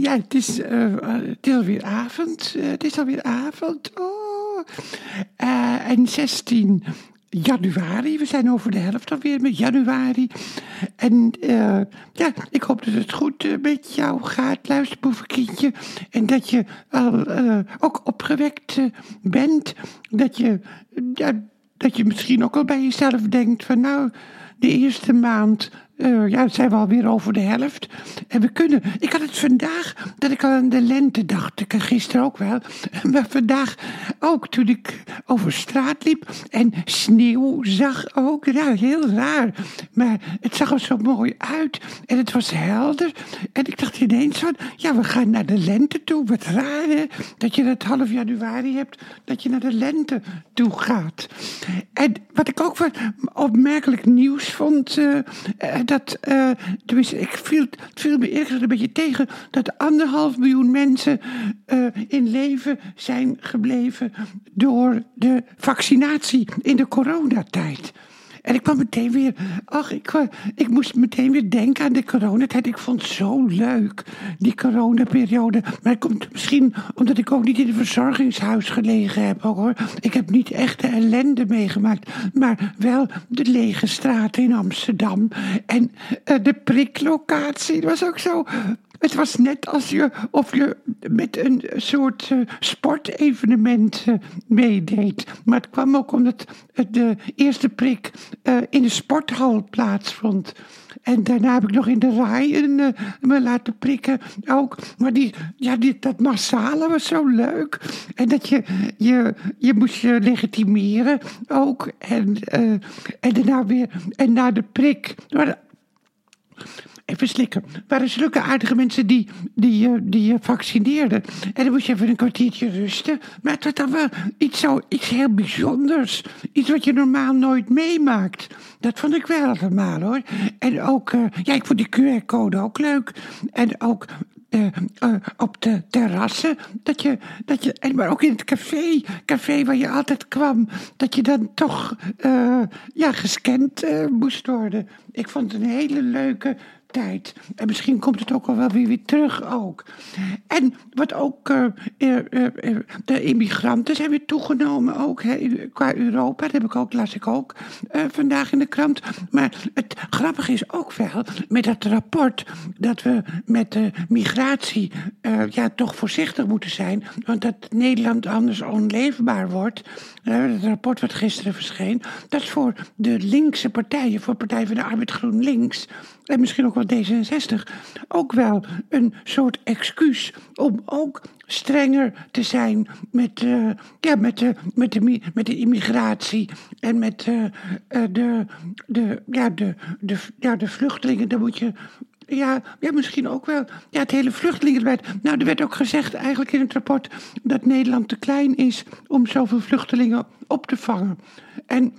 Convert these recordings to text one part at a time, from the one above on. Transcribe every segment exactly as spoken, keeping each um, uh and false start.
ja, het is, uh, het is alweer avond. Uh, het is alweer avond. Oh. Uh, en zestien januari. We zijn over de helft alweer met januari. En uh, ja, ik hoop dat het goed uh, met jou gaat, luisterboevenkindje. En dat je al uh, ook opgewekt uh, bent. Dat je, ja, dat je misschien ook al bij jezelf denkt van nou, de eerste maand, uh, ja, zijn we alweer over de helft. En we kunnen, ik had het vandaag, dat ik al aan de lente dacht, ik gisteren ook wel, maar vandaag ook toen ik over straat liep en sneeuw zag ook, ja, heel raar. Maar het zag er zo mooi uit en het was helder. En ik dacht ineens van, ja, we gaan naar de lente toe. Wat raar, hè, dat je het half januari hebt, dat je naar de lente toe gaat. En wat ik ook wel opmerkelijk nieuws vond, uh, uh, dat, uh, tenminste, ik viel, het viel me eerlijk gezegd een beetje tegen, dat anderhalf miljoen mensen uh, in leven zijn gebleven door de vaccinatie in de coronatijd. En ik kwam meteen weer, ach, ik, ik moest meteen weer denken aan de coronatijd. Ik vond het zo leuk, die coronaperiode. Maar het komt misschien omdat ik ook niet in een verzorgingshuis gelegen heb, ook, hoor. Ik heb niet echt de ellende meegemaakt, maar wel de lege straten in Amsterdam. En uh, de priklocatie, dat was ook zo. Het was net als je, of je met een soort uh, sportevenement uh, meedeed. Maar het kwam ook omdat de eerste prik uh, in de sporthal plaatsvond. En daarna heb ik nog in de RAI een, uh, me laten prikken ook. Maar die, ja, die, dat massale was zo leuk. En dat je, je, je moest je legitimeren ook. En, uh, en daarna weer, en na de prik. Maar, even slikken. Er waren zulke aardige mensen die, die, die je vaccineerden. En dan moest je even een kwartiertje rusten. Maar het was dan wel iets, zo, iets heel bijzonders. Iets wat je normaal nooit meemaakt. Dat vond ik wel allemaal, hoor. En ook, uh, ja, ik vond die Q R-code ook leuk. En ook Uh, uh, op de terrassen, dat je, dat je, en maar ook in het café, café waar je altijd kwam, dat je dan toch uh, ja, gescand uh, moest worden. Ik vond het een hele leuke tijd. En misschien komt het ook al wel weer, weer terug ook. En wat ook, uh, uh, uh, uh, de immigranten zijn weer toegenomen ook, hè, qua Europa. Dat heb ik ook, las ik ook uh, vandaag in de krant. Maar het grappige is ook wel, met dat rapport, dat we met de migratie uh, ja, toch voorzichtig moeten zijn, want dat Nederland anders onleefbaar wordt. Uh, het rapport wat gisteren verscheen, dat is voor de linkse partijen, voor Partij van de Arbeid GroenLinks, en misschien ook wel D zesenzestig, ook wel een soort excuus om ook strenger te zijn met, uh, ja, met, de, met, de, met de immigratie en met uh, uh, de, de, ja, de, de, ja, de vluchtelingen. Dan moet je, ja, ja, misschien ook wel, ja, het hele vluchtelingenbeleid. Nou, er werd ook gezegd eigenlijk in het rapport dat Nederland te klein is om zoveel vluchtelingen op te vangen. En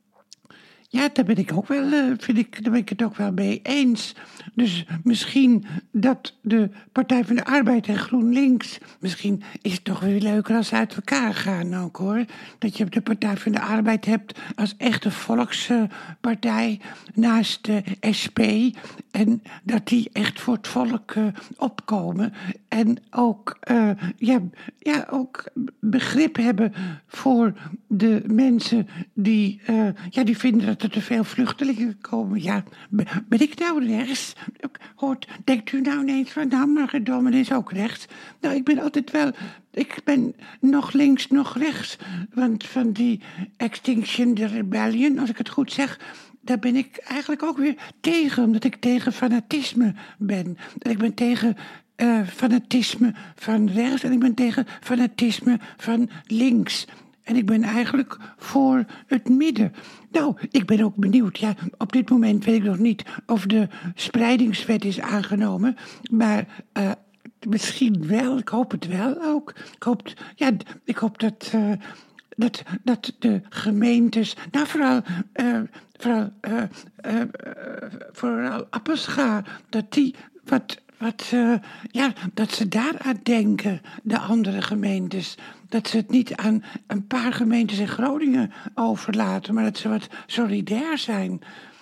ja, daar ben ik ook wel, vind ik, daar ben ik het ook wel mee eens. Dus misschien dat de Partij van de Arbeid en GroenLinks, misschien is het toch weer leuker als ze uit elkaar gaan ook, hoor. Dat je de Partij van de Arbeid hebt als echte volkspartij naast de S P. En dat die echt voor het volk uh, opkomen. En ook, uh, ja, ja, ook begrip hebben voor de mensen die, uh, ja, die vinden dat er te veel vluchtelingen komen. Ja, ben ik nou rechts? Hoort, denkt u nou ineens van, nou, maar Domen is ook rechts. Nou, ik ben altijd wel, ik ben nog links, nog rechts. Want van die Extinction Rebellion, als ik het goed zeg, daar ben ik eigenlijk ook weer tegen, omdat ik tegen fanatisme ben. En ik ben tegen uh, fanatisme van rechts en ik ben tegen fanatisme van links. En ik ben eigenlijk voor het midden. Nou, ik ben ook benieuwd. Ja, op dit moment weet ik nog niet of de spreidingswet is aangenomen. Maar uh, misschien wel. Ik hoop het wel ook. Ik hoop, ja, ik hoop dat, uh, dat, dat de gemeentes, nou vooral, uh, vooral, uh, uh, uh, vooral Appelscha, dat die wat, wat, uh, ja, dat ze daaraan denken, de andere gemeentes. Dat ze het niet aan een paar gemeentes in Groningen overlaten, maar dat ze wat solidair zijn.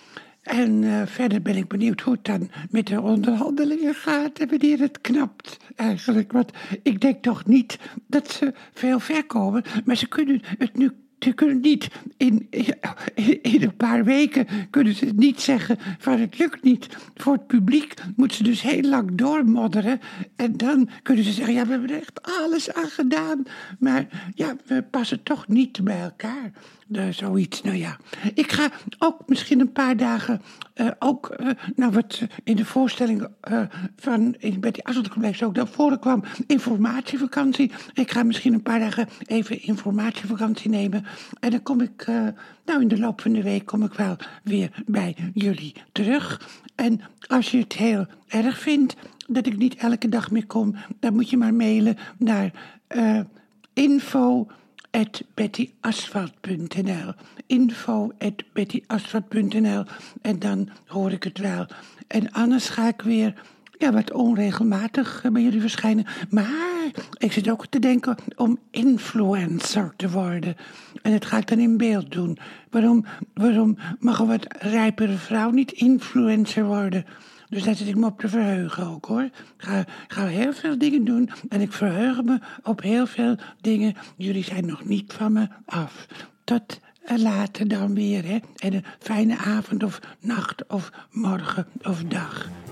En uh, verder ben ik benieuwd hoe het dan met de onderhandelingen gaat en wanneer het knapt eigenlijk. Want ik denk toch niet dat ze veel ver komen, maar ze kunnen het nu. Ze kunnen niet, in, in, in een paar weken kunnen ze niet zeggen van het lukt niet. Voor het publiek moeten ze dus heel lang doormodderen. En dan kunnen ze zeggen, ja, we hebben er echt alles aan gedaan. Maar ja, we passen toch niet bij elkaar. Uh, zoiets, nou ja. Ik ga ook misschien een paar dagen, uh, ook, uh, nou wat in de voorstelling uh, van in Betty Asselt ook daarvoor kwam, informatievakantie. Ik ga misschien een paar dagen even informatievakantie nemen. En dan kom ik, uh, nou in de loop van de week kom ik wel weer bij jullie terug. En als je het heel erg vindt dat ik niet elke dag meer kom, dan moet je maar mailen naar uh, info at betty asphalt punt n l info at betty asphalt punt n l en dan hoor ik het wel. En anders ga ik weer ja, wat onregelmatig bij jullie verschijnen. Maar ik zit ook te denken om influencer te worden. En dat ga ik dan in beeld doen. Waarom, waarom mag een wat rijpere vrouw niet influencer worden? Dus daar zit ik me op te verheugen ook, hoor. Ik ga, ga heel veel dingen doen en ik verheug me op heel veel dingen. Jullie zijn nog niet van me af. Tot later dan weer, hè. En een fijne avond of nacht of morgen of dag.